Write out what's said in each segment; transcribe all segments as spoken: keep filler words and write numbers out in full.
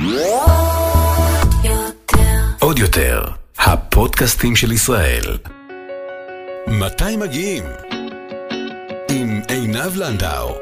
עוד יותר, הפודקאסטים של ישראל. מתי מגיעים? עם עינב לנדאו.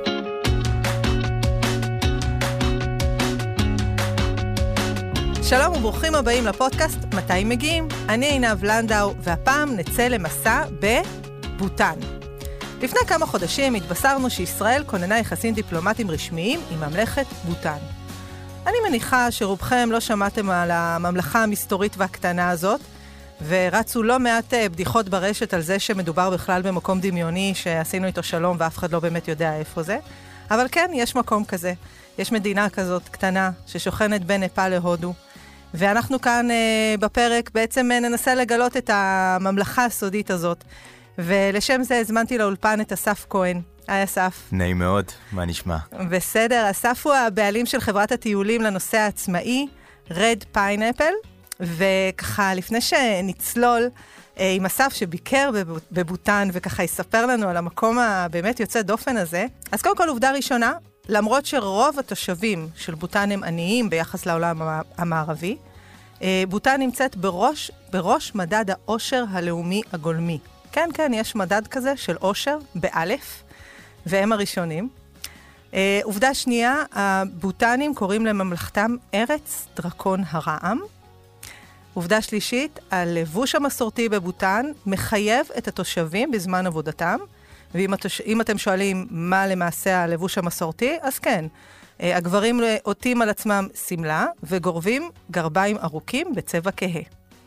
שלום וברוכים הבאים לפודקאסט מתי מגיעים? אני עינב לנדאו, והפעם נצא למסע בבוטן. לפני כמה חודשים התבשרנו שישראל כוננה יחסים דיפלומטיים רשמיים עם ממלכת בוטן. אני מניחה שרובכם לא שמעתם על הממלכה המסתורית והקטנה הזאת, ורצו לא מעט בדיחות ברשת על זה שמדובר בכלל במקום דמיוני שעשינו איתו שלום ואף אחד לא באמת יודע איפה זה. אבל כן, יש מקום כזה. יש מדינה כזאת קטנה ששוכנת בין נפאל להודו. ואנחנו כאן אה, בפרק בעצם ננסה לגלות את הממלכה הסודית הזאת. ולשם זה הזמנתי לאולפן את אסף כהן. היי אסף. נעים מאוד, מה נשמע? בסדר, אסף הוא הבעלים של חברת הטיולים לנושא העצמאי, Red Pineapple, וככה לפני שנצלול אה, עם אסף שביקר בבוטן וככה יספר לנו על המקום הבאמת יוצא דופן הזה, אז קודם כל עובדה ראשונה, למרות שרוב התושבים של בוטן הם עניים ביחס לעולם המערבי, אה, בוטן נמצאת בראש, בראש מדד העושר הלאומי הגולמי. כן, כן, יש מדד כזה של עושר באלף, והם הראשונים. אה, עובדה שנייה, הבוטנים קוראים לממלכתם ארץ דרקון הרעם. עובדה שלישית, הלבוש המסורתי בבוטן מחייב את התושבים בזמן עבודתם, ואם התוש... אתם שואלים מה למעשה הלבוש המסורתי, אז כן, אה, הגברים עוטים על עצמם סמלה וגורבים גרביים ארוכים בצבע כהה.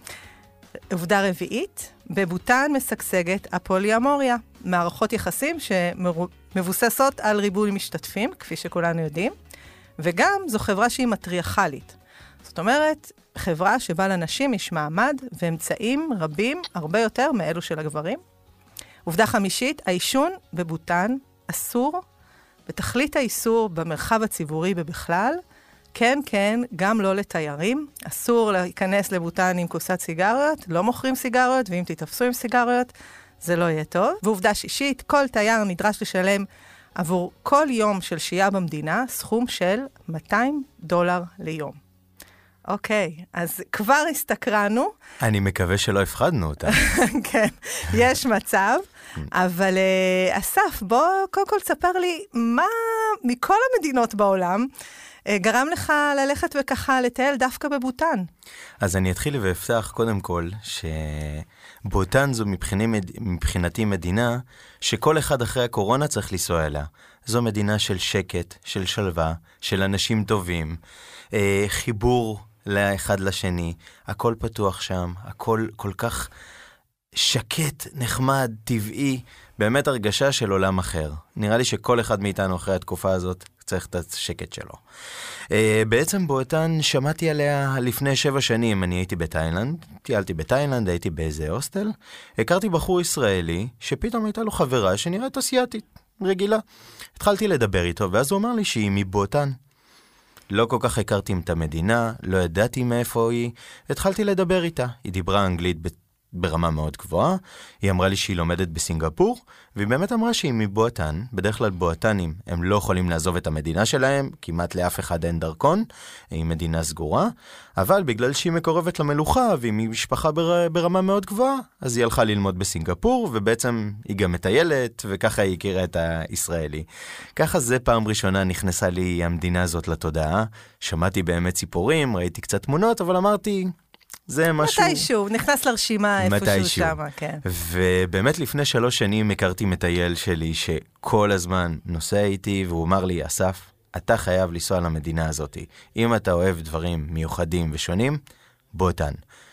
עובדה רביעית, בבוטן משגשגת הפוליאמוריה, מערכות יחסים שמבוססות על ריבוי משתתפים, כפי שכולנו יודעים, וגם זו חברה שהיא מטריארכלית. זאת אומרת, חברה שבה לנשים יש מעמד ואמצעים רבים הרבה יותר מאלו של הגברים. עובדה חמישית, העישון בבוטן אסור, בתכלית האיסור במרחב הציבורי ובכלל, כן, כן, גם לא לתיירים. אסור להיכנס לבוטן עם כוסת סיגריות, לא מוכרים סיגריות, ואם תתפסו עם סיגריות, זה לא יהיה טוב. ועובדה שישית, כל תייר נדרש לשלם עבור כל יום של שהייה במדינה, סכום של מאתיים דולר ליום. אוקיי, אז כבר הסתקרנו. אני מקווה שלא הפחדנו אותה. כן, יש מצב. אבל אסף, בוא קודם כל תספר לי, מה מכל המדינות בעולם גרם לך ללכת וככה לטייל דווקא בבוטן? אז אני אתחיל ואפתח קודם כל שבוטן זו מבחינתי מדינה שכל אחד אחרי הקורונה צריך לנסוע אליה. זו מדינה של שקט, של שלווה, של אנשים טובים, חיבור לאחד לשני, הכל פתוח שם, הכל כל כך שקט, נחמד, טבעי, באמת הרגשה של עולם אחר. נראה לי שכל אחד מאיתנו אחרי התקופה הזאת צריך את השקט שלו. Uh, בעצם בוטן שמעתי עליה לפני שבע שנים, אני הייתי בתאילנד, טיילתי בתאילנד, הייתי באיזה הוסטל, הכרתי בחור ישראלי שפתאום הייתה לו חברה שנראית אסיאתית, רגילה. התחלתי לדבר איתו, ואז הוא אמר לי שהיא מבוטן. לא כל כך הכרתי את המדינה, לא ידעתי מאיפה היא, התחלתי לדבר איתה. היא דיברה אנגלית ברמה מאוד גבוהה, היא אמרה לי שהיא לומדת בסינגפור, והיא באמת אמרה שהיא מבוטן, בדרך כלל בוטנים הם לא יכולים לעזוב את המדינה שלהם, כמעט לאף אחד אין דרכון, היא מדינה סגורה, אבל בגלל שהיא מקורבת למלוכה, והיא משפחה בר... ברמה מאוד גבוהה, אז היא הלכה ללמוד בסינגפור, ובעצם היא גם מטיילת, וככה היא הכירה את הישראלי. ככה זה פעם ראשונה נכנסה לי המדינה הזאת לתודעה, שמעתי באמת ציפורים, ראיתי קצת תמונות, אבל אמרתי, זה משהו... מתישהו, נכנס לרשימה איפשהו שם, כן. ובאמת לפני שלוש שנים הכרתי מטייל שלי שכל הזמן נוסע איתי, והוא אמר לי, אסף, אתה חייב לנסוע למדינה הזאת. אם אתה אוהב דברים מיוחדים ושונים, בוטן.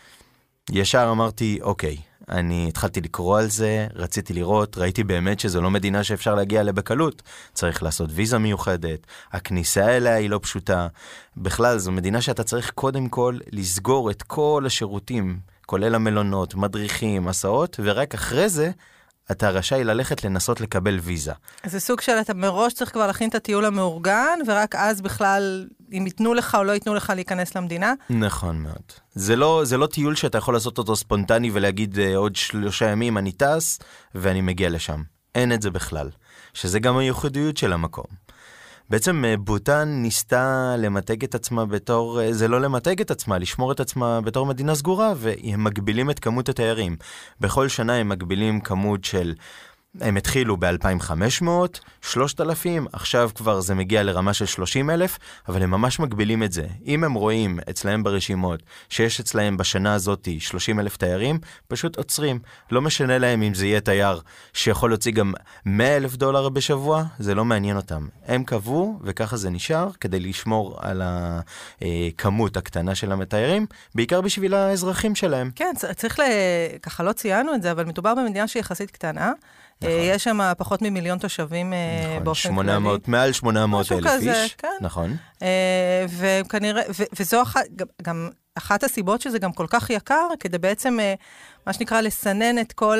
ישר אמרתי, אוקיי, אני התחלתי לקרוא על זה, רציתי לראות, ראיתי באמת שזו לא מדינה שאפשר להגיע אליה בקלות. צריך לעשות ויזה מיוחדת, הכניסה אליה היא לא פשוטה. בכלל, זו מדינה שאתה צריך קודם כל לסגור את כל השירותים, כולל המלונות, מדריכים, מסעות, ורק אחרי זה אתה רשאי ללכת לנסות לקבל ויזה. אז זה סוג של אתה מראש צריך כבר להכין את הטיול המאורגן, ורק אז בכלל, אם ייתנו לך או לא ייתנו לך להיכנס למדינה? נכון מאוד. זה לא, זה לא טיול שאתה יכול לעשות אותו ספונטני ולהגיד עוד שלושה ימים אני טס ואני מגיע לשם. אין את זה בכלל. שזה גם הייחודיות של המקום. בעצם בוטן ניסתה למתג את עצמה בתור, זה לא למתג את עצמה, לשמור את עצמה בתור מדינה סגורה, והם מגבילים את כמות התיירים. בכל שנה הם מגבילים כמות של, הם התחילו ב-אלפיים וחמש מאות, שלושת אלפים, עכשיו כבר זה מגיע לרמה של שלושים אלף, אבל הם ממש מגבילים את זה. אם הם רואים אצלהם ברשימות שיש אצלהם בשנה הזאת שלושים אלף תיירים, פשוט עוצרים. לא משנה להם אם זה יהיה תייר שיכול להוציא גם מאה אלף דולר בשבוע, זה לא מעניין אותם. הם קבעו, וככה זה נשאר, כדי לשמור על הכמות הקטנה של המתיירים, בעיקר בשביל האזרחים שלהם. כן, צריך ל... ככה לא ציינו את זה, אבל מדובר במדינה שהיא יחסית קטנה, נכון. יש שם פחות ממיליון תושבים נכון, באופן שמונה מאות, כללי. מעל שמונה מאות אלף כזה, איש. כן. נכון. וכנראה, ו, וזו אחת, גם אחת הסיבות שזה גם כל כך יקר, כדי בעצם, מה שנקרא, לסנן את כל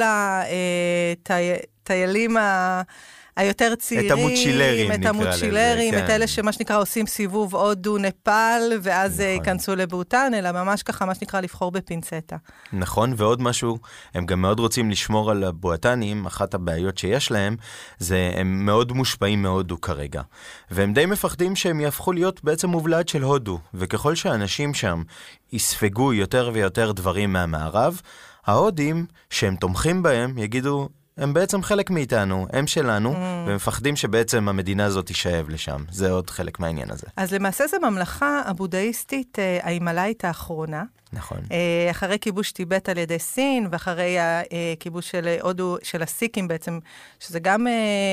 הטיילים ה... היותר צעירים, את המוצ'ילרים, את המוצ'ילרים, את אלה שמה שנקרא עושים סיבוב הודו, נפאל, ואז נכון. ייכנסו לבוטן, אלא ממש ככה, מה שנקרא, לבחור בפינצטה. נכון, ועוד משהו, הם גם מאוד רוצים לשמור על הבואטנים, אחת הבעיות שיש להם, זה הם מאוד מושפעים מהודו כרגע. והם די מפחדים שהם יהפכו להיות בעצם מובלעת של הודו, וככל שאנשים שם יספגו יותר ויותר דברים מהמערב, ההודים שהם תומכים בהם יגידו, הם בעצם חלק מאיתנו, הם שלנו, mm. ומפחדים שבעצם המדינה הזאת תישאב לשם. זה עוד חלק מהעניין הזה. אז למעשה זו ממלכה הבודהיסטית, ההימלאית האחרונה. נכון. אחרי כיבוש טיבט על ידי סין, ואחרי הכיבוש של הודו, של הסיקים בעצם, שזה גם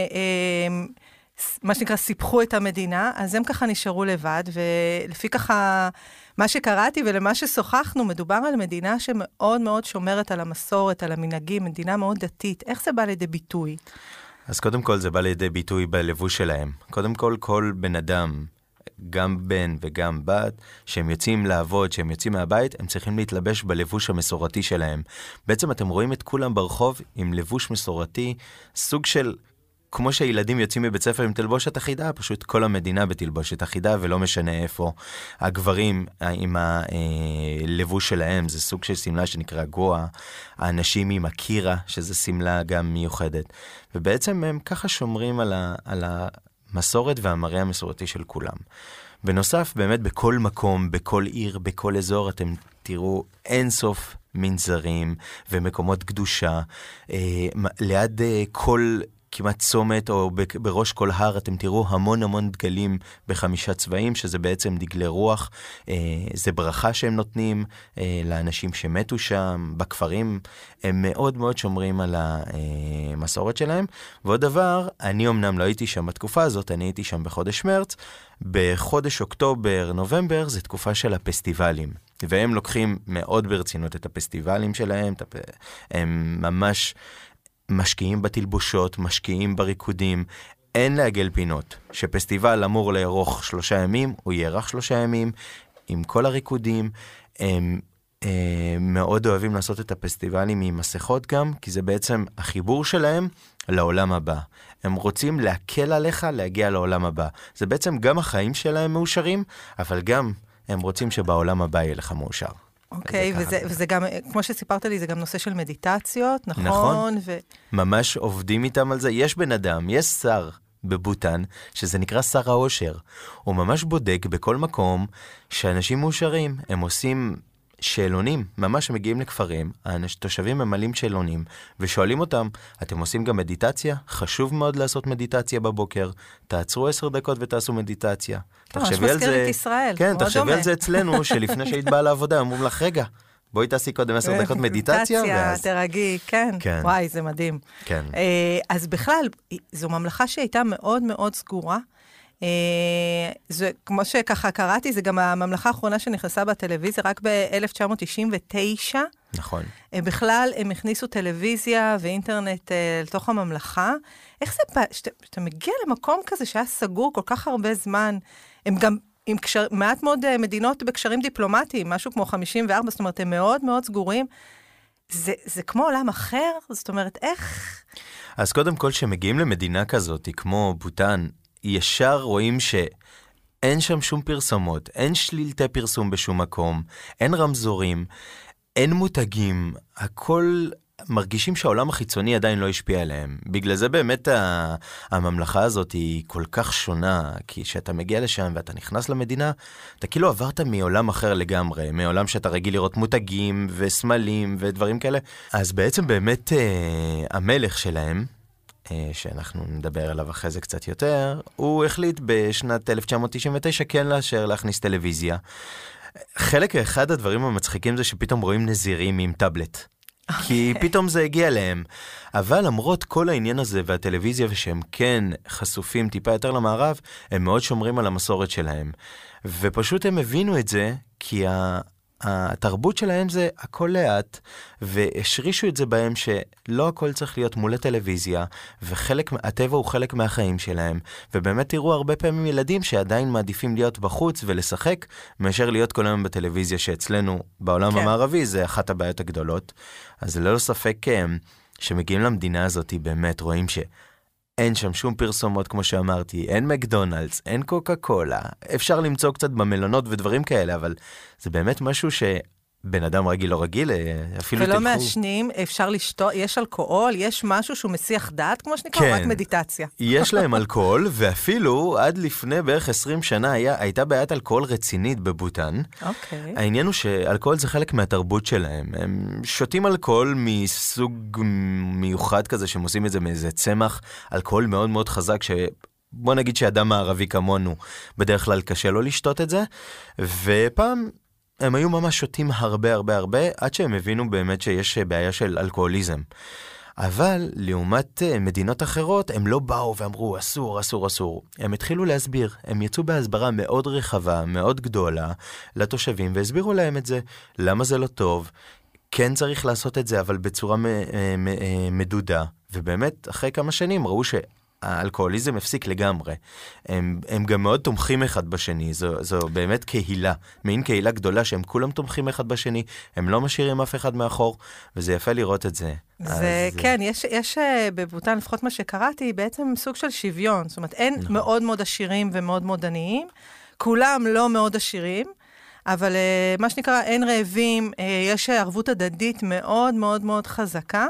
מה שנקרא סיפחו את המדינה, אז הם ככה נשארו לבד, ולפי ככה מה שקראתי ולמה ששוחחנו, מדובר על מדינה שמאוד מאוד שומרת על המסורת, על המנהגים, מדינה מאוד דתית. איך זה בא לידי ביטוי? אז קודם כל זה בא לידי ביטוי בלבוש שלהם. קודם כל, כל בן אדם, גם בן וגם בת, שהם יוצאים לעבוד, שהם יוצאים מהבית, הם צריכים להתלבש בלבוש המסורתי שלהם. בעצם אתם רואים את כולם ברחוב עם לבוש מסורתי, סוג של... כמו שהילדים יוצאים מבית ספר עם תלבושת אחידה, פשוט כל המדינה בתלבושת אחידה, ולא משנה איפה. הגברים עם הלבוש שלהם, זה סוג של סמלה שנקרא גואה, האנשים עם הקירה, שזה סמלה גם מיוחדת. ובעצם הם ככה שומרים על, ה, על המסורת והמראה המסורתי של כולם. בנוסף, באמת בכל מקום, בכל עיר, בכל אזור, אתם תראו אינסוף מנזרים ומקומות קדושה. אה, ליד אה, כל... כמעט צומת או בראש כל הר, אתם תראו המון המון דגלים בחמישה צבעים, שזה בעצם דגלי רוח. זה ברכה שהם נותנים לאנשים שמתו שם, בכפרים. הם מאוד מאוד שומרים על המסורת שלהם. ועוד דבר, אני אמנם לא הייתי שם בתקופה הזאת, אני הייתי שם בחודש מרץ. בחודש אוקטובר, נובמבר, זה תקופה של הפסטיבלים. והם לוקחים מאוד ברצינות את הפסטיבלים שלהם. הם ממש... משקיעים בתלבושות, משקיעים בריקודים, אין לעגל פינות. שפסטיבל אמור לארוך שלושה ימים, הוא יארך שלושה ימים, עם כל הריקודים. הם אה, מאוד אוהבים לעשות את הפסטיבלים עם מסכות גם, כי זה בעצם החיבור שלהם לעולם הבא. הם רוצים להקל עליך להגיע לעולם הבא. זה בעצם גם החיים שלהם מאושרים, אבל גם הם רוצים שבעולם הבא יהיה לך מאושר. אוקיי, וזה, וזה גם, כמו שסיפרת לי, זה גם נושא של מדיטציות, נכון? נכון, ו... ממש עובדים איתם על זה. יש בן אדם, יש שר בבוטן, שזה נקרא שר האושר. הוא ממש בודק בכל מקום שאנשים מאושרים. הם עושים שאלונים, ממש מגיעים לכפרים, התושבים ממלאים שאלונים, ושואלים אותם, אתם עושים גם מדיטציה? חשוב מאוד לעשות מדיטציה בבוקר. תעצרו עשר דקות ותעשו מדיטציה. תחשבי על זה... ישראל, כן, תחשבי על זה אצלנו, שלפני שהיית באה לעבודה, אמרו לך, רגע, בואי תעשי קודם עשר דקות מדיטציה. מדיטציה, תרגי, כן. כן. וואי, זה מדהים. כן. אז בכלל, זו ממלכה שהייתה מאוד מאוד סגורה, זה, כמו שככה קראתי, זה גם הממלכה האחרונה שנכנסה בטלוויזיה, רק ב-אלף תשע מאות תשעים ותשע. נכון. בכלל, הם הכניסו טלוויזיה ואינטרנט לתוך הממלכה. איך זה בא, שאתה, שאתה מגיע למקום כזה שהיה סגור כל כך הרבה זמן, הם גם עם קשר, מעט מאוד מדינות בקשרים דיפלומטיים, משהו כמו חמישים וארבע, זאת אומרת, הם מאוד מאוד סגורים. זה, זה כמו עולם אחר? זאת אומרת, איך? אז קודם כל, שמגיעים למדינה כזאת, כמו בוטן, ישר רואים שאין שם שום פרסומות, אין שלילתי פרסום בשום מקום, אין רמזורים, אין מותגים, הכל מרגישים שהעולם החיצוני עדיין לא השפיע עליהם. בגלל זה באמת הממלכה הזאת היא כל כך שונה, כי כשאתה מגיע לשם ואתה נכנס למדינה, אתה כאילו עברת מעולם אחר לגמרי, מעולם שאתה רגיל לראות מותגים וסמלים ודברים כאלה. אז בעצם באמת המלך שלהם, שאנחנו נדבר עליו אחרי זה קצת יותר, הוא החליט בשנת אלף תשע מאות תשעים ותשע כן לאשר להכניס טלוויזיה. חלק אחד הדברים המצחיקים זה שפתאום רואים נזירים עם טאבלט. Okay. כי פתאום זה הגיע להם. אבל למרות כל העניין הזה והטלוויזיה ושהם כן חשופים טיפה יותר למערב, הם מאוד שומרים על המסורת שלהם. ופשוט הם הבינו את זה כי ה... התרבות שלהם זה הכל לאט, והשרישו את זה בהם שלא הכל צריך להיות מול הטלוויזיה, וחלק, הטבע הוא חלק מהחיים שלהם, ובאמת תראו הרבה פעמים ילדים שעדיין מעדיפים להיות בחוץ ולשחק, מאשר להיות כל היום בטלוויזיה שאצלנו בעולם כן. המערבי, זה אחת הבעיות הגדולות. אז ללא ספק שמגיעים למדינה הזאת באמת רואים ש... אין שם שום פרסומות, כמו שאמרתי, אין מקדונלדס, אין קוקה קולה, אפשר למצוא קצת במלונות ודברים כאלה, אבל זה באמת משהו שבן אדם רגיל לא רגיל, אפילו ולא תלכו... מעשנים, אפשר לשתות, יש אלכוהול, יש משהו שהוא מסיח דעת, כמו שנקרא, כן. רק מדיטציה. יש להם אלכוהול, ואפילו עד לפני בערך עשרים שנה היה, הייתה בעיית אלכוהול רצינית בבוטן. אוקיי. העניין הוא שאלכוהול זה חלק מהתרבות שלהם. הם שותים אלכוהול מסוג מיוחד כזה, שהם עושים את זה מאיזה צמח, אלכוהול מאוד מאוד חזק, ש... בוא נגיד שאדם הערבי כמונו, בדרך כלל קשה לו לשתות את זה, ופעם... הם היו ממש שותים הרבה הרבה הרבה, עד שהם הבינו באמת שיש בעיה של אלכוהוליזם. אבל לעומת מדינות אחרות, הם לא באו ואמרו, אסור, אסור, אסור. הם התחילו להסביר. הם יצאו בהסברה מאוד רחבה, מאוד גדולה, לתושבים, והסבירו להם את זה. למה זה לא טוב? כן צריך לעשות את זה, אבל בצורה מדודה. ובאמת, אחרי כמה שנים ראו ש... האלכוהוליזם הפסיק לגמרי. הם, הם גם מאוד תומכים אחד בשני. זו, זו באמת קהילה. מעין קהילה גדולה שהם כולם תומכים אחד בשני. הם לא משאירים אף אחד מאחור, וזה יפה לראות את זה. זה, אז... כן, יש, יש בבוטן, לפחות מה שקראתי, בעצם סוג של שוויון. זאת אומרת, אין נכון. מאוד מאוד עשירים ומאוד מאוד עניים. כולם לא מאוד עשירים, אבל מה שנקרא, אין רעבים, יש ערבות הדדית מאוד מאוד מאוד חזקה.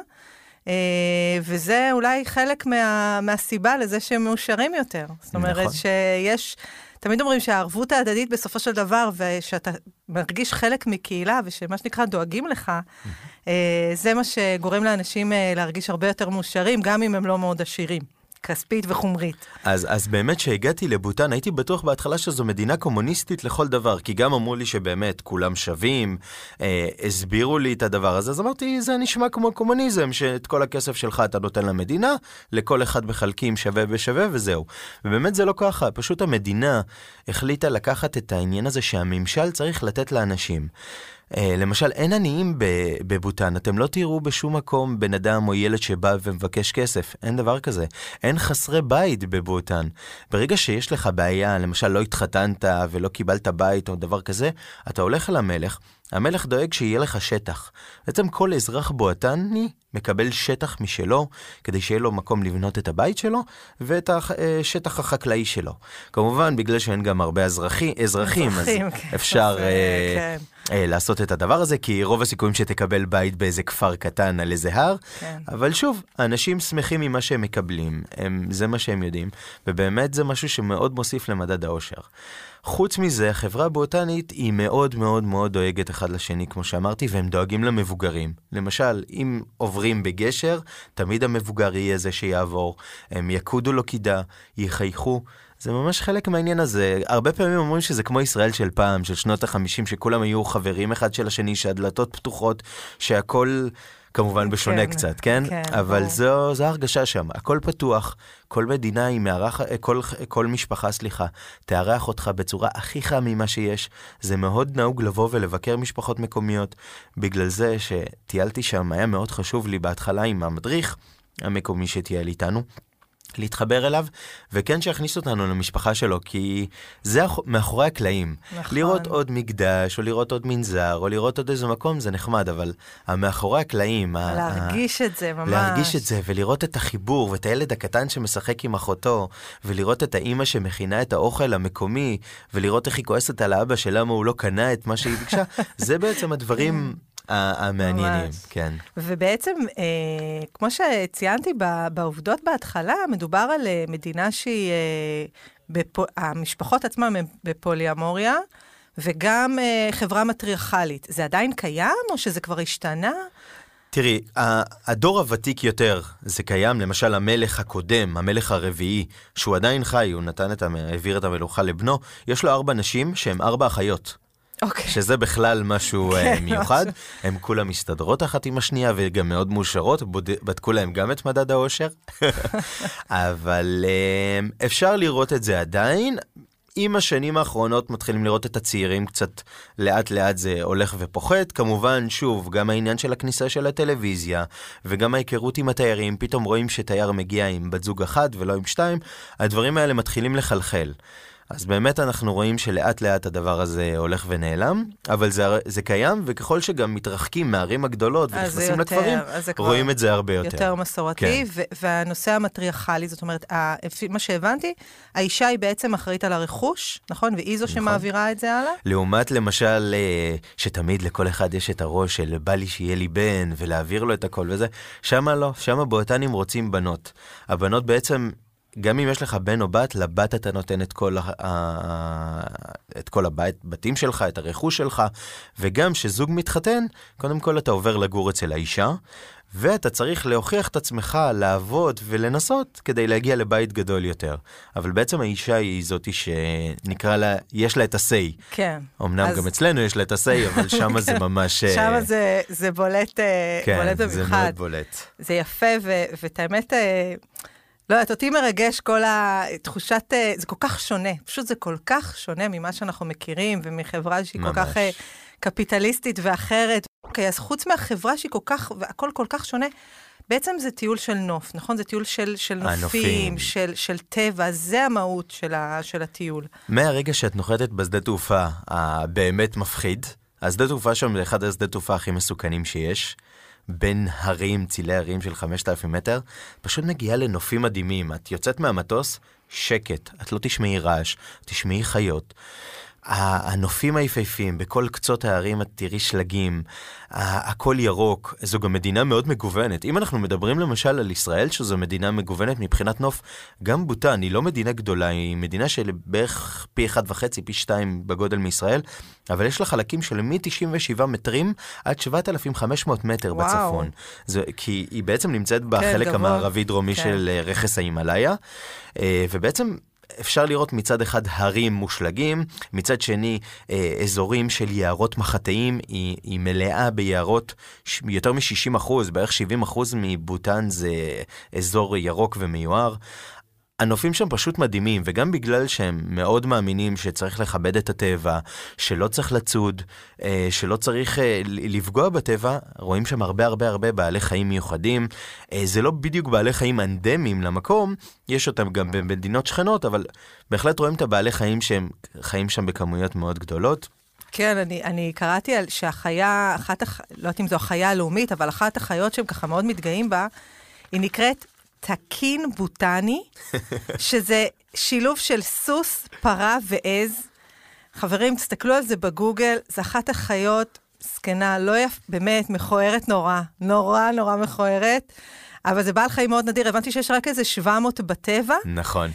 וזה אולי חלק מה, מהסיבה לזה שהם מאושרים יותר. זאת אומרת נכון. שיש, תמיד אומרים שהערבות ההדדית בסופו של דבר, ושאתה מרגיש חלק מקהילה, ושמה שנקרא דואגים לך, זה מה שגורם לאנשים להרגיש הרבה יותר מאושרים, גם אם הם לא מאוד עשירים. כספית וחומרית. אז, אז באמת שהגעתי לבוטן, הייתי בטוח בהתחלה שזו מדינה קומוניסטית לכל דבר, כי גם אמרו לי שבאמת כולם שווים, אה, הסבירו לי את הדבר הזה, אז אמרתי, זה נשמע כמו קומוניזם, שאת כל הכסף שלך אתה נותן למדינה, לכל אחד מחלקים שווה בשווה וזהו. ובאמת זה לא ככה, פשוט המדינה החליטה לקחת את העניין הזה שהממשל צריך לתת לאנשים. Uh, למשל, אין עניים בבוטן, אתם לא תראו בשום מקום בן אדם או ילד שבא ומבקש כסף, אין דבר כזה. אין חסרי בית בבוטן. ברגע שיש לך בעיה, למשל לא התחתנת ולא קיבלת בית או דבר כזה, אתה הולך אל המלך, המלך דואג שיהיה לך שטח. בעצם כל אזרח בוטני מקבל שטח משלו, כדי שיהיה לו מקום לבנות את הבית שלו, ואת השטח החקלאי שלו. כמובן, בגלל שאין גם הרבה אזרחי, אזרחים, אז כן. אפשר אה, כן. אה, לעשות את הדבר הזה, כי רוב הסיכויים שתקבל בית באיזה כפר קטן על איזה הר, כן. אבל שוב, האנשים שמחים ממה שהם מקבלים, הם, זה מה שהם יודעים, ובאמת זה משהו שמאוד מוסיף למדד האושר. חוץ מזה, החברה הבוטנית היא מאוד מאוד מאוד דואגת אחד לשני, כמו שאמרתי, והם דואגים למבוגרים. למשל, אם עוברים בגשר, תמיד המבוגר יהיה זה שיעבור, הם יקודו לו קידה, יחייכו. זה ממש חלק מהעניין הזה. הרבה פעמים אומרים שזה כמו ישראל של פעם, של שנות החמישים, שכולם היו חברים אחד של השני, שהדלתות פתוחות, שהכל כמובן בשונה כן, קצת, כן? כן אבל או... זו, זו הרגשה שם. הכל פתוח, כל מדינה היא מערך, כל, כל משפחה, סליחה, תארח אותך בצורה הכי חם ממה שיש. זה מאוד נהוג לבוא ולבקר משפחות מקומיות. בגלל זה שטיילתי שם, היה מאוד חשוב לי בהתחלה עם המדריך המקומי שטייל איתנו. להתחבר אליו, וכן שיכניס אותנו למשפחה שלו, כי זה מאחורי הקלעים. נכון. לראות עוד מקדש, או לראות עוד מנזר, או לראות עוד איזה מקום, זה נחמד, אבל המאחורי הקלעים... להרגיש ה- את זה ממש. להרגיש את זה, ולראות את החיבור, ואת הילד הקטן שמשחק עם אחותו, ולראות את האמא שמכינה את האוכל המקומי, ולראות איך היא כועסת על האבא שלמה הוא לא קנה את מה שהיא ביקשה, זה בעצם הדברים... המעניינים, כן. ובעצם, כמו שציינתי בעובדות בהתחלה, מדובר על מדינה שהיא, המשפחות עצמם הן בפוליאמוריה, וגם חברה מטריארכלית. זה עדיין קיים, או שזה כבר השתנה? תראי, הדור הוותיק יותר, זה קיים, למשל המלך הקודם, המלך הרביעי, שהוא עדיין חי, הוא נתן את, העביר את המלוכה לבנו, יש לו ארבע נשים שהן ארבע אחיות. אוקיי. שזה בכלל משהו כן, מיוחד. משהו. הן כולה מסתדרות אחת עם השנייה, וגם מאוד מאושרות, בדקו להם גם את מדד האושר. אבל אפשר לראות את זה עדיין. עם השנים האחרונות מתחילים לראות את הצעירים קצת לאט לאט זה הולך ופוחת. כמובן, שוב, גם העניין של הכניסה של הטלוויזיה, וגם ההיכרות עם התיירים, פתאום רואים שתייר מגיע עם בת זוג אחת ולא עם שתיים, הדברים האלה מתחילים לחלחל. אז באמת אנחנו רואים שלאט לאט הדבר הזה הולך ונעלם, אבל זה, זה קיים, וככל שגם מתרחקים מהערים הגדולות ונכנסים לכפרים, רואים את זה הרבה יותר. יותר מסורתי, כן. והנושא המטריארכלי, זאת אומרת, מה שהבנתי, האישה היא בעצם אחראית על הרכוש, נכון? והיא זו נכון. שמעבירה את זה הלאה? לעומת למשל, שתמיד לכל אחד יש את הראש של בא לי שיהיה לי בן, ולהעביר לו את הכל וזה, שמה לא, שמה באותנים רוצים בנות. הבנות בעצם... גם אם יש לך בן או בת, לבת אתה נותן את כל, ה... את כל הבתים שלך, את הרכוש שלך, וגם שזוג מתחתן, קודם כל אתה עובר לגור אצל האישה, ואתה צריך להוכיח את עצמך, לעבוד ולנסות כדי להגיע לבית גדול יותר. אבל בעצם האישה היא זאתי שנקרא לה, יש לה את הסי. כן. אמנם אז... גם אצלנו יש לה את הסי, אבל שמה זה ממש... שמה זה, זה בולט, כן, בולט במיוחד. זה מאוד בולט. זה יפה, ו... ואת האמת... לא, את אותי מרגש כל התחושת, זה כל כך שונה, פשוט זה כל כך שונה ממה שאנחנו מכירים, ומחברה שהיא ממש. כל כך קפיטליסטית ואחרת. אוקיי, אז חוץ מהחברה שהיא כל כך, והכל כל כך שונה, בעצם זה טיול של נוף, נכון? זה טיול של, של נופים, של, של טבע, זה המהות של, ה, של הטיול. מהרגע שאת נוחתת בשדה תעופה, הבאמת מפחיד, השדה תעופה שם זה אחד השדה תעופה הכי מסוכנים שיש, בין הרים, צילי הרים של חמשת אלפים מטר, פשוט מגיעה לנופים מדהימים. את יוצאת מהמטוס, שקט, את לא תשמעי רעש, תשמעי חיות. הנופים היפהפים, בכל קצות הערים את תראי שלגים, הכל ירוק, זו גם מדינה מאוד מגוונת. אם אנחנו מדברים למשל על ישראל, שזו מדינה מגוונת מבחינת נוף, גם בוטן היא לא מדינה גדולה, היא מדינה של בערך פי אחד וחצי, פי שתיים בגודל מישראל, אבל יש לה חלקים של מ-תשעים ושבעה מטרים עד שבעת אלפים וחמש מאות מטר וואו. בצפון. זה, כי היא בעצם נמצאת בחלק כן, המערבי-דרומי כן. של רכס ההימאליה, ובעצם אפשר לראות מצד אחד הרים מושלגים, מצד שני אזורים של יערות מחתיים, היא, היא מלאה ביערות יותר מ-שישים אחוז, בערך שבעים אחוז מבוטן זה אזור ירוק ומיוער. הנופים שם פשוט מדהימים, וגם בגלל שהם מאוד מאמינים שצריך לכבד את הטבע, שלא צריך לצוד, שלא צריך לפגוע בטבע, רואים שם הרבה הרבה הרבה בעלי חיים מיוחדים. זה לא בדיוק בעלי חיים אנדמיים למקום, יש אותם גם במדינות שכנות, אבל בהחלט רואים את הבעלי חיים שהם חיים שם בכמויות מאוד גדולות. כן, אני, אני קראתי על שהחיה, אחת, לא יודעת אם זו החיה הלאומית, אבל אחת החיות שהם ככה מאוד מתגאים בה, היא נקראת תקין בוטני, שזה שילוב של סוס, פרה ועז. חברים, תסתכלו על זה בגוגל, זה אחת החיות, סקנה, לא יפ... באמת, מכוערת נורא, נורא נורא מכוערת, אבל זה בעל חיים מאוד נדיר, הבנתי שיש רק איזה שבע מאות בטבע. נכון.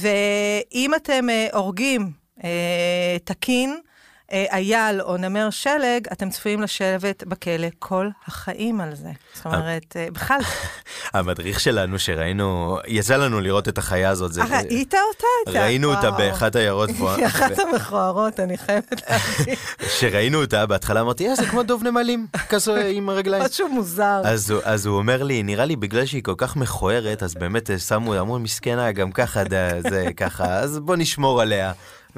ואם אתם אה, הורגים אה, תקין, אייל או נמר שלג, אתם צפויים לשבת בכלא כל החיים על זה. זאת אומרת, בכלל. המדריך שלנו שראינו, יצא לנו לראות את החיה הזאת. ראית אותה? ראינו אותה באחת העיירות פה. היא אחת המכוערות, אני חייבת להגיד. שראינו אותה, בהתחלה אמרתי, אה, זה כמו דוב נמלים, כזו עם הרגליים. משהו מוזר. אז הוא אומר לי, נראה לי בגלל שהיא כל כך מכוערת, אז באמת שמו, אמרו, מסכנה, גם ככה, זה ככה, אז בוא נשמור עליה.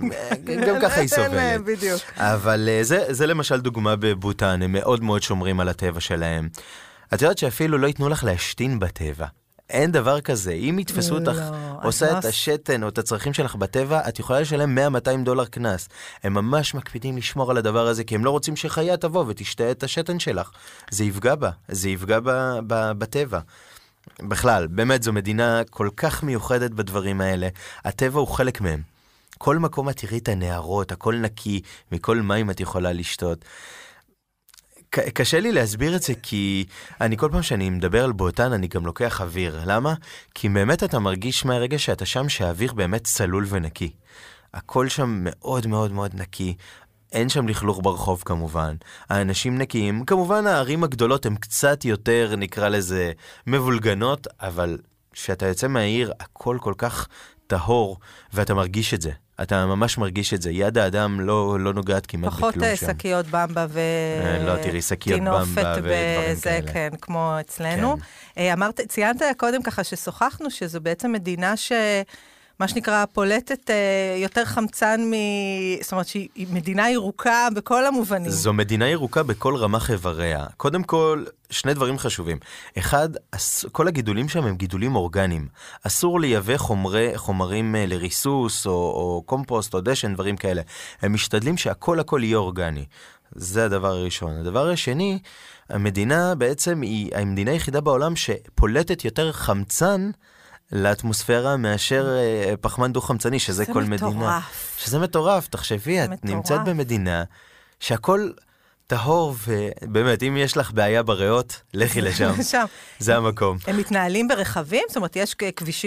גם ככה היא סובלת. בדיוק. אבל זה, זה למשל דוגמה בבוטן, הם מאוד מאוד שומרים על הטבע שלהם. את יודעת שאפילו לא ייתנו לך להשתין בטבע. אין דבר כזה. אם יתפסו אותך, עושה את השתן או את הצרכים שלך בטבע, את יכולה לשלם מאה מאתיים דולר קנס. הם ממש מקפידים לשמור על הדבר הזה, כי הם לא רוצים שחיה תבוא ותשתה את השתן שלך. זה יפגע בה, זה יפגע בה, בה, בטבע. בכלל, באמת זו מדינה כל כך מיוחדת בדברים האלה. הטבע הוא חלק מהם. כל מקום את תראי את הנערות, הכל נקי, מכל מים את יכולה לשתות. קשה לי להסביר את זה, כי אני כל פעם שאני מדבר על בוטן, אני גם לוקח אוויר. למה? כי באמת אתה מרגיש מהרגע שאתה שם, שהאוויר באמת צלול ונקי. הכל שם מאוד מאוד מאוד נקי. אין שם לכלוך ברחוב כמובן. האנשים נקיים. כמובן הערים הגדולות הן קצת יותר, נקרא לזה, מבולגנות, אבל כשאתה יוצא מהעיר, הכל כל כך טהור, ואתה מרגיש את זה. אתה ממש מרגיש את זה. יד האדם לא, לא נוגעת כמעט בכלום שם. פחות שקיות במבה ו... לא, תראי, שקיות במבה ודברים כאלה. כן, כמו אצלנו. כן. אמרת, ציינת קודם ככה ששוחחנו, שזו בעצם מדינה ש... מה שנקרא, פולטת יותר חמצן מ... זאת אומרת שהיא מדינה ירוקה בכל המובנים. זו מדינה ירוקה בכל רמ"ח איבריה. קודם כל, שני דברים חשובים. אחד, כל הגידולים שם הם גידולים אורגניים. אסור לייבא חומרי, חומרים לריסוס או, או קומפוסט או דשן, דברים כאלה. הם משתדלים שהכל הכל יהיה אורגני. זה הדבר הראשון. הדבר השני, המדינה בעצם היא המדינה היחידה בעולם שפולטת יותר חמצן לאטמוספירה מאשר פחמן דו-חמצני, שזה כל מדינה. זה מטורף. שזה מטורף, תחשבי, את נמצאת במדינה שהכל טהור, ובאמת, אם יש לך בעיה בריאות, לכי לשם. זה המקום. הם מתנהלים ברכבים? זאת אומרת, יש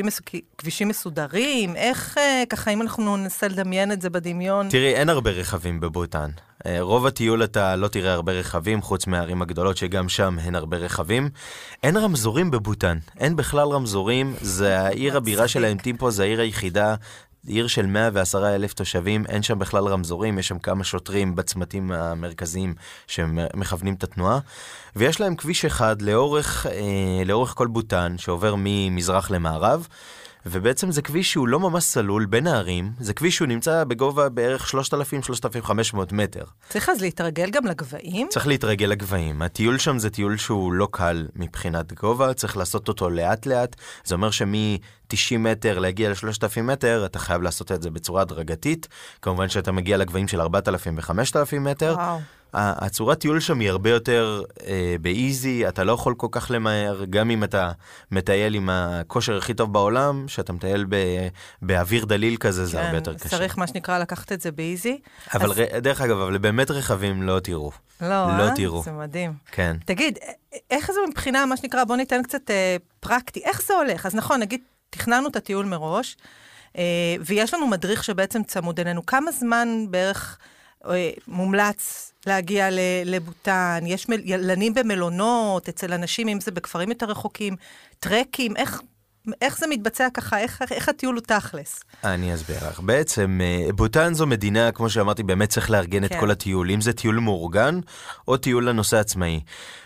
כבישים מסודרים? איך, ככה, אם אנחנו ננסה לדמיין את זה בדמיון? תראי, אין הרבה רכבים בבוטן. רוב הטיול אתה לא תראה הרבה רכבים, חוץ מהערים הגדולות שגם שם הן הרבה רכבים. אין רמזורים בבוטן, אין בכלל רמזורים, זה העיר הבירה שלהם, טימפו, זה העיר היחידה, עיר של מאה ועשרה אלף תושבים, אין שם בכלל רמזורים, יש שם כמה שוטרים בצמתים המרכזיים שמכוונים את התנועה, ויש להם כביש אחד לאורך, אה, לאורך כל בוטן, שעובר ממזרח למערב, ובעצם זה כביש שהוא לא ממש סלול בין הערים, זה כביש שהוא נמצא בגובה בערך שלושת אלפים עד שלושת אלפים וחמש מאות מטר. צריך אז להתרגל גם לגבהים? צריך להתרגל לגבהים. הטיול שם זה טיול שהוא לא קל מבחינת גובה, צריך לעשות אותו לאט לאט, זה אומר שמ-תשעים מטר להגיע ל-שלושת אלפים מטר, אתה חייב לעשות את זה בצורה הדרגתית, כמובן שאתה מגיע לגבהים של ארבעת אלפים ו-חמשת אלפים מטר. וואו. הצורת טיול שם היא הרבה יותר אה, באיזי, אתה לא יכול כל כך למהר, גם אם אתה מטייל עם הכושר הכי טוב בעולם, שאתה מטייל ב, באוויר דליל כזה, כן, זה הרבה יותר קשה. צריך מה שנקרא לקחת את זה באיזי. אבל אז... ר, דרך אגב, אבל באמת רכבים לא תראו. לא, לא אה? תראו. זה מדהים. כן. תגיד, איך זה מבחינה, מה שנקרא, בוא ניתן קצת אה, פרקטי, איך זה הולך? אז נכון, נגיד, תכננו את הטיול מראש, אה, ויש לנו מדריך שבעצם צמוד אלינו. כמה זמן בערך אה, מומלץ להגיע לבוטן, יש ילנים במלונות, אצל אנשים, אם זה בכפרים יותר רחוקים, טרקים, איך, איך זה מתבצע ככה, איך, איך הטיול הוא תכלס? אני אסביר לך. בעצם, בוטן זו מדינה, כמו שאמרתי, באמת צריך לארגן כן. את כל הטיול, אם זה טיול מאורגן, או טיול לנושא עצמאי.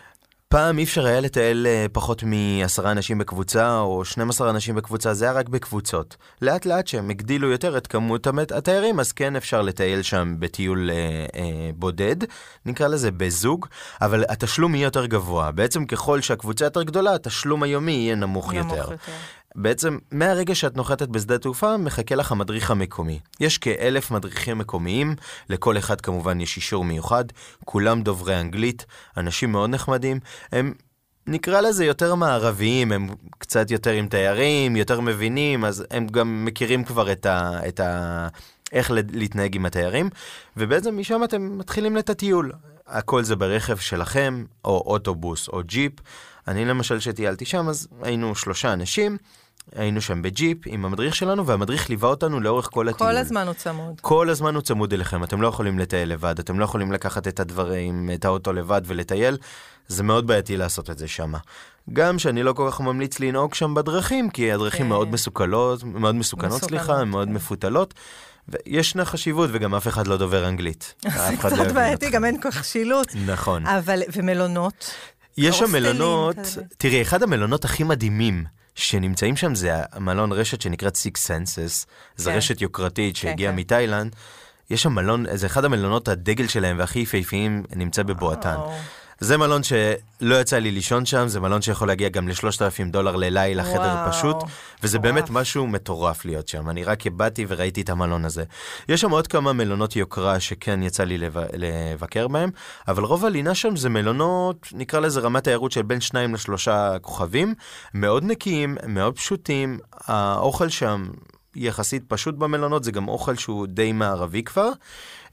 פעם אי אפשר היה לטייל פחות מעשרה אנשים בקבוצה, או שנים עשר אנשים בקבוצה, זה היה רק בקבוצות. לאט לאט שהם הגדילו יותר את כמות התיירים, אז כן אפשר לטייל שם בטיול אה, אה, בודד, נקרא לזה בזוג, אבל התשלום יהיה יותר גבוה. בעצם ככל שהקבוצה יותר גדולה, התשלום היומי יהיה נמוך, נמוך יותר. יותר. בעצם, מהרגע שאת נוחתת בשדה תעופה, מחכה לך המדריך המקומי. יש כאלף מדריכים מקומיים, לכל אחד כמובן יש אישור מיוחד, כולם דוברי אנגלית, אנשים מאוד נחמדים, הם נקרא לזה יותר מערביים, הם קצת יותר עם תיירים, יותר מבינים, אז הם גם מכירים כבר את ה... את ה... איך להתנהג עם התיירים, ובעצם משם אתם מתחילים את הטיול. הכל זה ברכב שלכם, או אוטובוס או ג'יפ. אני למשל שטיילתי שם, אז היינו שלושה אנשים, היינו שם בג'יפ עם המדריך שלנו, והמדריך ליווה אותנו לאורך כל הטיול. כל הזמן הוא צמוד. כל הזמן הוא צמוד אליכם, אתם לא יכולים לטייל לבד, אתם לא יכולים לקחת את הדברים, את האוטו לבד ולטייל, זה מאוד בעייתי לעשות את זה שם. גם שאני לא כל כך ממליץ לנהוג שם בדרכים, כי הדרכים מאוד מסוכנות, מאוד מסוכנות, סליחה, הן מאוד מפותלות, ויש חשיבות, וגם אף אחד לא דובר אנגלית. זה קצת בעייתי, גם אין כל כך שילוט. נכון. אבל, ומלונות? יש שם מלונות, תראי, אחד המלונות הכי מדהימים שנמצאים שם זה המלון רשת שנקראת Six Senses, זו רשת יוקרתית שהגיעה מתאילנד, יש שם מלון, זה אחד המלונות הדגל שלהם והכי יפהפיים נמצא בבואטן. זה מלון שלא יצא לי לישון שם, זה מלון שיכול להגיע גם ל-שלושת אלפים דולר ללילה, חדר פשוט, וזה באמת משהו מטורף להיות שם. אני רק באתי וראיתי את המלון הזה. יש שם עוד כמה מלונות יוקרה שכן יצא לי לבקר בהם, אבל רוב הלינה שם זה מלונות, נקרא לזה רמת תיירות של בין שניים לשלושה כוכבים, מאוד נקיים, מאוד פשוטים, האוכל שם יחסית פשוט במלונות, זה גם אוכל שהוא די מערבי כבר,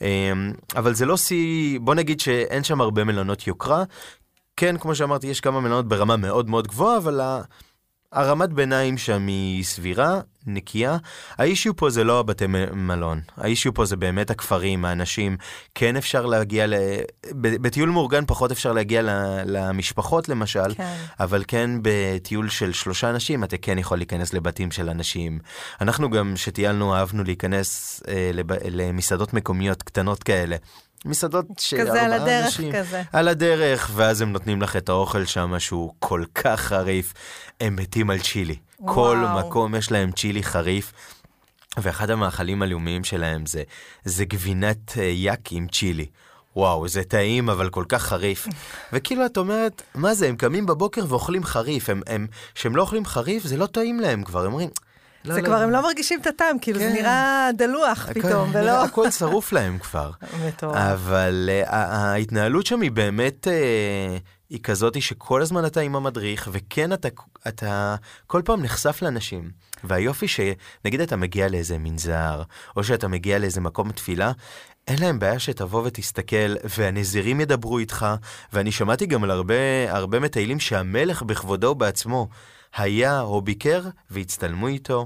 אבל זה לא סי, בוא נגיד שאין שם הרבה מלונות יוקרה. כן, כמו שאמרתי, יש כמה מלונות ברמה מאוד מאוד גבוהה, אבל הרמת ביניים שם היא סבירה, נקייה. האישיו פה זה לא הבתי מלון. האישיו פה זה באמת הכפרים, האנשים. כן אפשר להגיע, ל... בטיול מאורגן פחות אפשר להגיע למשפחות למשל, כן. אבל כן בטיול של שלושה אנשים, אתה כן יכול להיכנס לבתים של אנשים. אנחנו גם שטיילנו, אהבנו להיכנס אה, לב... למסעדות מקומיות קטנות כאלה. מסעדות כזה על הדרך אנשים, כזה. על הדרך, ואז הם נותנים לך את האוכל שם, שהוא כל כך חריף. הם מתים על צ'ילי. וואו. כל מקום יש להם צ'ילי חריף. ואחד המאכלים הלאומיים שלהם זה, זה גבינת יק עם צ'ילי. וואו, זה טעים, אבל כל כך חריף. וכאילו את אומרת, מה זה, הם קמים בבוקר ואוכלים חריף. הם, הם, שהם לא אוכלים חריף, זה לא טעים להם כבר. הם אומרים, לא, זה לא, כבר, לא. הם לא מרגישים את הטעם, כאילו כן. זה נראה דלוח הכל, פתאום, ולא... נראה, הכל שרוף להם כבר. מטורף. אבל uh, ההתנהלות שם היא באמת, uh, היא כזאת שכל הזמן אתה עם המדריך, וכן אתה, אתה כל פעם נחשף לאנשים. והיופי שנגיד אתה מגיע לאיזה מנזר, או שאתה מגיע לאיזה מקום תפילה, אין להם בעיה שתבוא ותסתכל, והנזירים ידברו איתך, ואני שמעתי גם על הרבה, הרבה מטיילים שהמלך בכבודו בעצמו היה או ביקר, והצטלמו איתו.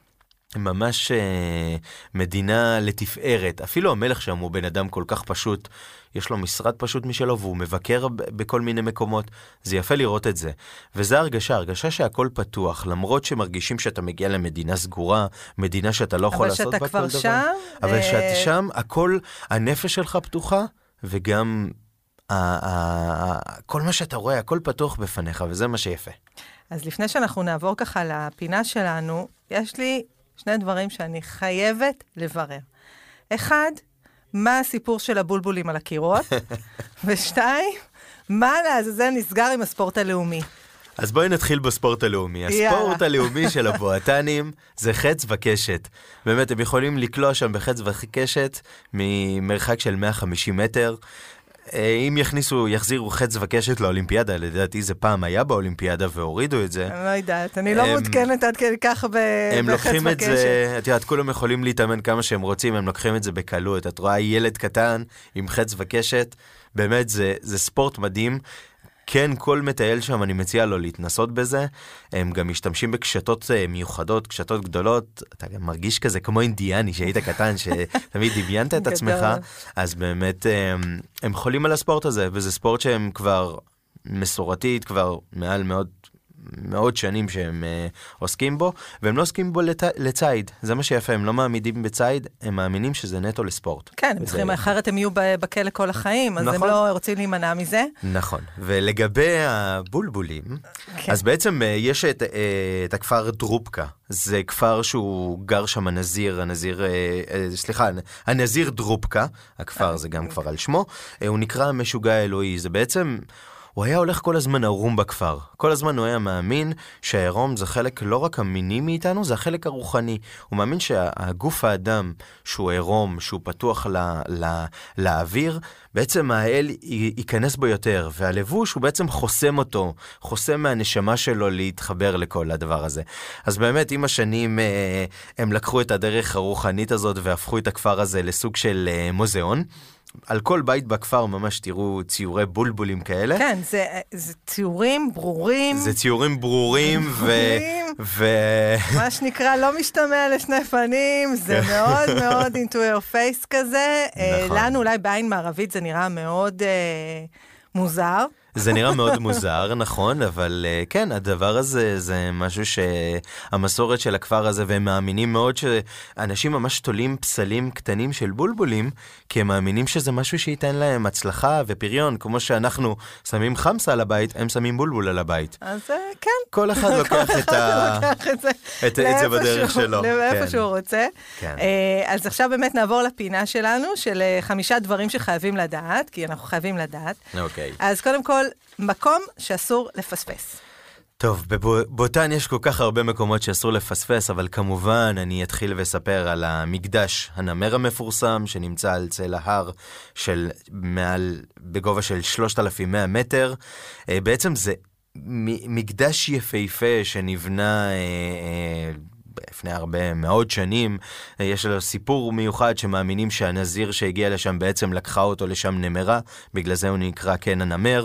ממש אה, מדינה לתפארת. אפילו המלך שם הוא בן אדם כל כך פשוט, יש לו משרד פשוט משלו, והוא מבקר ב- בכל מיני מקומות. זה יפה לראות את זה. וזה הרגשה, הרגשה שהכל פתוח, למרות שמרגישים שאתה מגיע למדינה סגורה, מדינה שאתה לא יכול לעשות בה כל דבר. אבל שאתה כבר שם. אבל ו... שאתה שם, הכל, הנפש שלך פתוחה, וגם ה- ה- ה- כל מה שאתה רואה, הכל פתוח בפניך, וזה מה שיפה. אז לפני שאנחנו נעבור ככה לפינה שלנו, יש לי שני דברים שאני חייבת לברר. אחד, מה הסיפור של הבולבולים על הקירות? ושתיים, מה לעזאזל נסגר עם הספורט הלאומי? אז בואי נתחיל בספורט הלאומי. הספורט הלאומי של הבועטנים זה חץ וקשת. באמת, הם יכולים לקלוע שם בחץ וקשת ממרחק של מאה וחמישים מטר. אם יכניסו, יחזירו חץ וקשת לאולימפיאדה, לדעתי זה פעם היה באולימפיאדה והורידו את זה. אני לא יודעת, אני לא מותקנת עד כדי ככה בחץ וקשת. הם לוקחים את זה, את יודעת, כולם יכולים להתאמן כמה שהם רוצים, הם לוקחים את זה בקלות. את רואה ילד קטן עם חץ וקשת, באמת זה, זה ספורט מדהים. כן, כל מטייל שם אני מציע לו להתנסות בזה. הם גם משתמשים בקשתות מיוחדות, קשתות גדולות. אתה גם מרגיש כזה כמו אינדיאני שהיית קטן, שתמיד דמיינת את עצמך. אז באמת הם, הם חולים על הספורט הזה, וזה ספורט שהם כבר מסורתית, כבר מעל מאוד... מאות שנים שהם uh, עוסקים בו, והם לא עוסקים בו לת... לצייד. זה מה שיפה, הם לא מאמינים בצייד, הם מאמינים שזה נטו לספורט. כן, הם צריכים, אחרת הם יהיו בכלא כל החיים, אז נכון. הם לא רוצים להימנע מזה. נכון, ולגבי הבולבולים, כן. אז בעצם uh, יש את, uh, את הכפר דרופקה, זה כפר שהוא גר שם הנזיר, הנזיר, uh, uh, סליחה, הנזיר דרופקה, הכפר זה גם כפר על שמו, uh, הוא נקרא משוגע אלוהי, זה בעצם... הוא היה הולך כל הזמן ערום בכפר. כל הזמן הוא היה מאמין שהעירום זה חלק לא רק המיני מאיתנו, זה החלק הרוחני. הוא מאמין שהגוף האדם שהוא עירום, שהוא פתוח ל, ל, לאוויר, בעצם האל ייכנס בו יותר, והלבוש הוא בעצם חוסם אותו, חוסם מהנשמה שלו להתחבר לכל הדבר הזה. אז באמת עם השנים הם לקחו את הדרך הרוחנית הזאת והפכו את הכפר הזה לסוג של מוזיאון. על כל בית בכפר ממש תראו ציורי בולבולים כאלה. כן, זה, זה ציורים ברורים. זה ציורים ברורים ו... ו... מה שנקרא לא משתמע לשני פנים, זה מאוד מאוד into your face כזה. נכון. לנו אולי בעין מערבית זה נראה מאוד uh, מוזר. זה נראה מאוד מוזר, נכון, אבל uh, כן, הדבר הזה זה משהו שהמסורת של הכפר הזה, והם מאמינים מאוד שאנשים ממש תולים פסלים קטנים של בולבולים, כי הם מאמינים שזה משהו שייתן להם הצלחה ופריון, כמו שאנחנו שמים חמסה על הבית, הם שמים בולבול על הבית. אז uh, כן. כל אחד לוקח את, ה... את, את זה בדרך שהוא, שלו. לאיפה כן. שהוא רוצה. כן. Uh, אז עכשיו באמת נעבור לפינה שלנו, של uh, חמישה דברים שחייבים לדעת, כי אנחנו חייבים לדעת. אוקיי. אז קודם כל, מקום שאסור לפספס. טוב, בבוטן יש כל כך הרבה מקומות שאסור לפספס, אבל כמובן אני אתחיל ואספר על המקדש הנמר המפורסם, שנמצא על צל ההר של מעל, בגובה של שלושת אלפים ומאה מטר. בעצם זה מקדש יפהפה שנבנה לפני הרבה מאות שנים, יש לו סיפור מיוחד שמאמינים שהנזיר שהגיע לשם בעצם לקחה אותו לשם נמרה, בגלל זה הוא נקרא כן הנמר.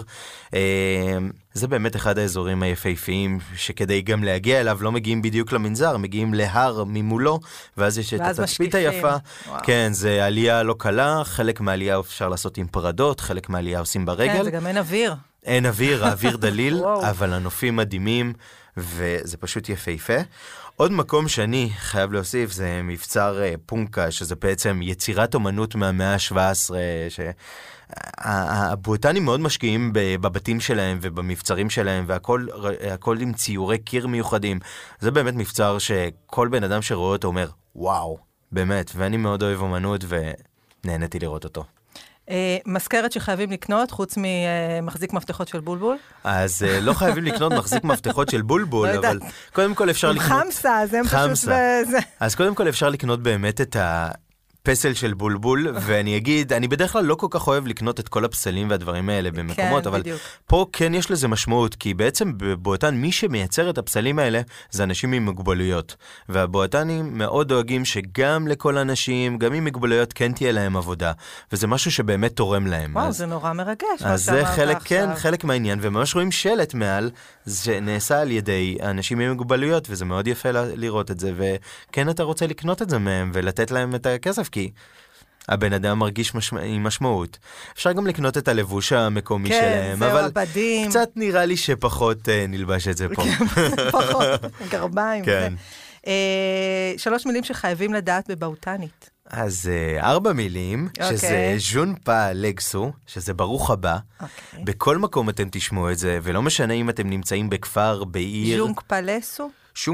זה באמת אחד האזורים היפהפיים, שכדי גם להגיע אליו לא מגיעים בדיוק למנזר, מגיעים להר ממולו, ואז יש את התצפית היפה. וואו. כן, זה עלייה לא קלה, חלק מהעלייה אפשר לעשות עם פרדות, חלק מהעלייה עושים ברגל. כן, זה גם אין אוויר. אין אוויר, האוויר דליל, אבל הנופים מדהימים, וזה פשוט יפהפה. עוד מקום שאני חייב להוסיף, זה מבצר פונקה, שזה בעצם יצירת אומנות מהמאה ה-שבע עשרה, ש... הבוטנים מאוד משקיעים בבתים שלהם ובמבצרים שלהם, והכל הכל עם ציורי קיר מיוחדים. זה באמת מבצר שכל בן אדם שרואה אותו אומר, וואו, באמת, ואני מאוד אוהב אומנות ונהניתי לראות אותו. מזכרת שחייבים לקנות, חוץ ממחזיק מפתחות של בולבול? אז לא חייבים לקנות מחזיק מפתחות של בולבול, אבל קודם כל אפשר לקנות... חמסה, זה פשוט... אז קודם כל אפשר לקנות באמת את ה... פסל של בולבול, ואני אגיד, אני בדרך כלל לא כל כך אוהב לקנות את כל הפסלים והדברים האלה במקומות, כן, אבל בדיוק. פה כן יש לזה משמעות, כי בעצם בבועטן מי שמייצר את הפסלים האלה זה אנשים עם מוגבלויות, והבועטנים מאוד דואגים שגם לכל אנשים, גם עם מוגבלויות כן תהיה להם עבודה, וזה משהו שבאמת תורם להם. וואו, אז, זה נורא מרגש. אז זה חלק, כן, חלק מהעניין, וממש רואים שלט מעל, זה נעשה על ידי אנשים עם מוגבלויות, וזה מאוד יפה לראות את זה, וכן אתה רוצה לקנות את זה מהם, ולתת להם את הכסף, כי הבן אדם מרגיש משמע, עם משמעות. אפשר גם לקנות את הלבוש המקומי כן, שלהם, זהו, אבל הבדים. קצת נראה לי שפחות אה, נלבש את זה פה. פחות, גרביים. כן. אה, שלוש מילים שחייבים לדעת בבאוטנית. אז אה, ארבע מילים, אוקיי. שזה ז'ון פא לגסו, שזה ברוך הבא. אוקיי. בכל מקום אתם תשמעו את זה, ולא משנה אם אתם נמצאים בכפר, בעיר. ז'ונק פא לסו?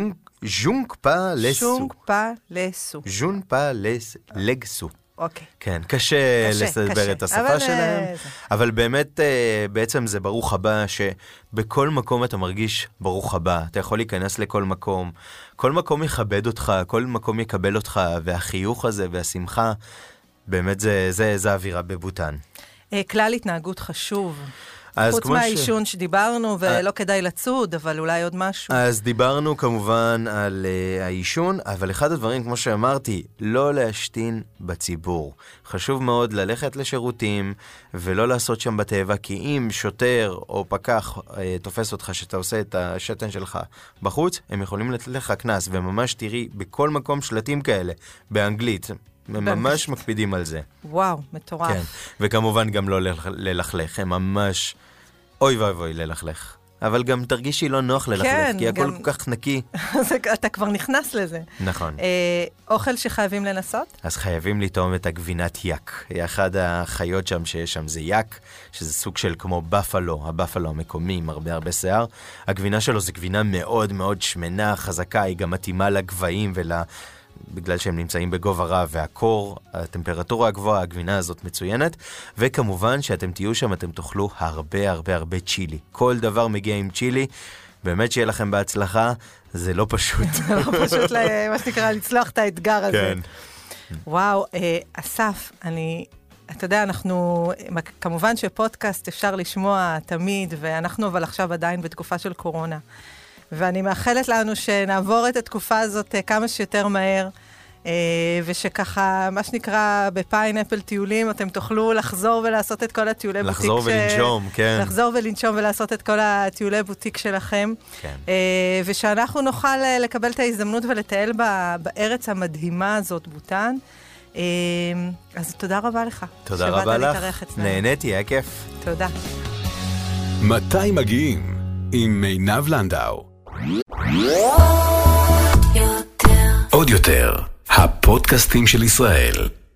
ז'ונק פא לסו. ז'ונק פא לסו. ז'ון פא לגסו. אוקיי. כן, קשה, קשה לסבר קשה. את השפה אבל שלהם, זה... אבל באמת, בעצם זה ברוך הבא, שבכל מקום אתה מרגיש ברוך הבא, אתה יכול להיכנס לכל מקום, כל מקום יכבד אותך, כל מקום יקבל אותך, והחיוך הזה והשמחה, באמת זה, זה, זה האווירה בבוטן. כלל התנהגות חשוב. חוץ מהאישון ש... שדיברנו, ולא 아... כדאי לצוד, אבל אולי עוד משהו. אז דיברנו כמובן על uh, האישון, אבל אחד הדברים, כמו שאמרתי, לא להשתין בציבור. חשוב מאוד ללכת לשירותים, ולא לעשות שם בטבע, כי אם שוטר או פקח uh, תופס אותך שאתה עושה את השתן שלך בחוץ, הם יכולים לתת לך כנס, וממש תראי בכל מקום שלטים כאלה, באנגלית. הם ממש מקפידים על זה. וואו, מטורף. כן, וכמובן גם לא ללכלך, הם ממש אוי ואוי ואוי ללכלך. אבל גם תרגישי לא נוח ללכלך, כן, כי הכל גם... כל כך נקי. אתה כבר נכנס לזה. נכון. אה, אוכל שחייבים לנסות? אז חייבים לטעום את הגבינת יק. היא אחד החיות שם שיש שם, זה יק, שזה סוג של כמו בפלו, הבפלו המקומי עם הרבה הרבה שיער. הגבינה שלו זה גבינה מאוד מאוד שמנה, חזקה, היא גם מתאימה לגבהים ול... בגלל שהם נמצאים בגובה רב, והקור, הטמפרטורה הגבוהה, הגבינה הזאת מצוינת, וכמובן שאתם תהיו שם, אתם תאכלו הרבה הרבה הרבה צ'ילי. כל דבר מגיע עם צ'ילי, באמת שיהיה לכם בהצלחה, זה לא פשוט. זה לא פשוט, מה שנקרא, לצלוח את האתגר הזה. כן. וואו, אסף, אני... אתה יודע, אנחנו, כמובן שפודקאסט אפשר לשמוע תמיד, ואנחנו אבל עכשיו עדיין בתקופה של קורונה. ואני מאחלת לנו שנעבור את התקופה הזאת כמה שיותר מהר, ושככה, מה שנקרא, בפיינאפל טיולים, אתם תוכלו לחזור ולעשות את כל הטיולי בוטיק. לחזור ולנשום, כן. לחזור ולנשום ולעשות את כל הטיולי בוטיק שלכם. כן. ושאנחנו נוכל לקבל את ההזדמנות ולטייל בארץ המדהימה הזאת, בוטן. אז תודה רבה לך. תודה רבה לך. נהניתי, היה כיף. תודה. מתי מגיעים? עם עינב לנדאו. עוד יותר, הפודקאסטים של ישראל.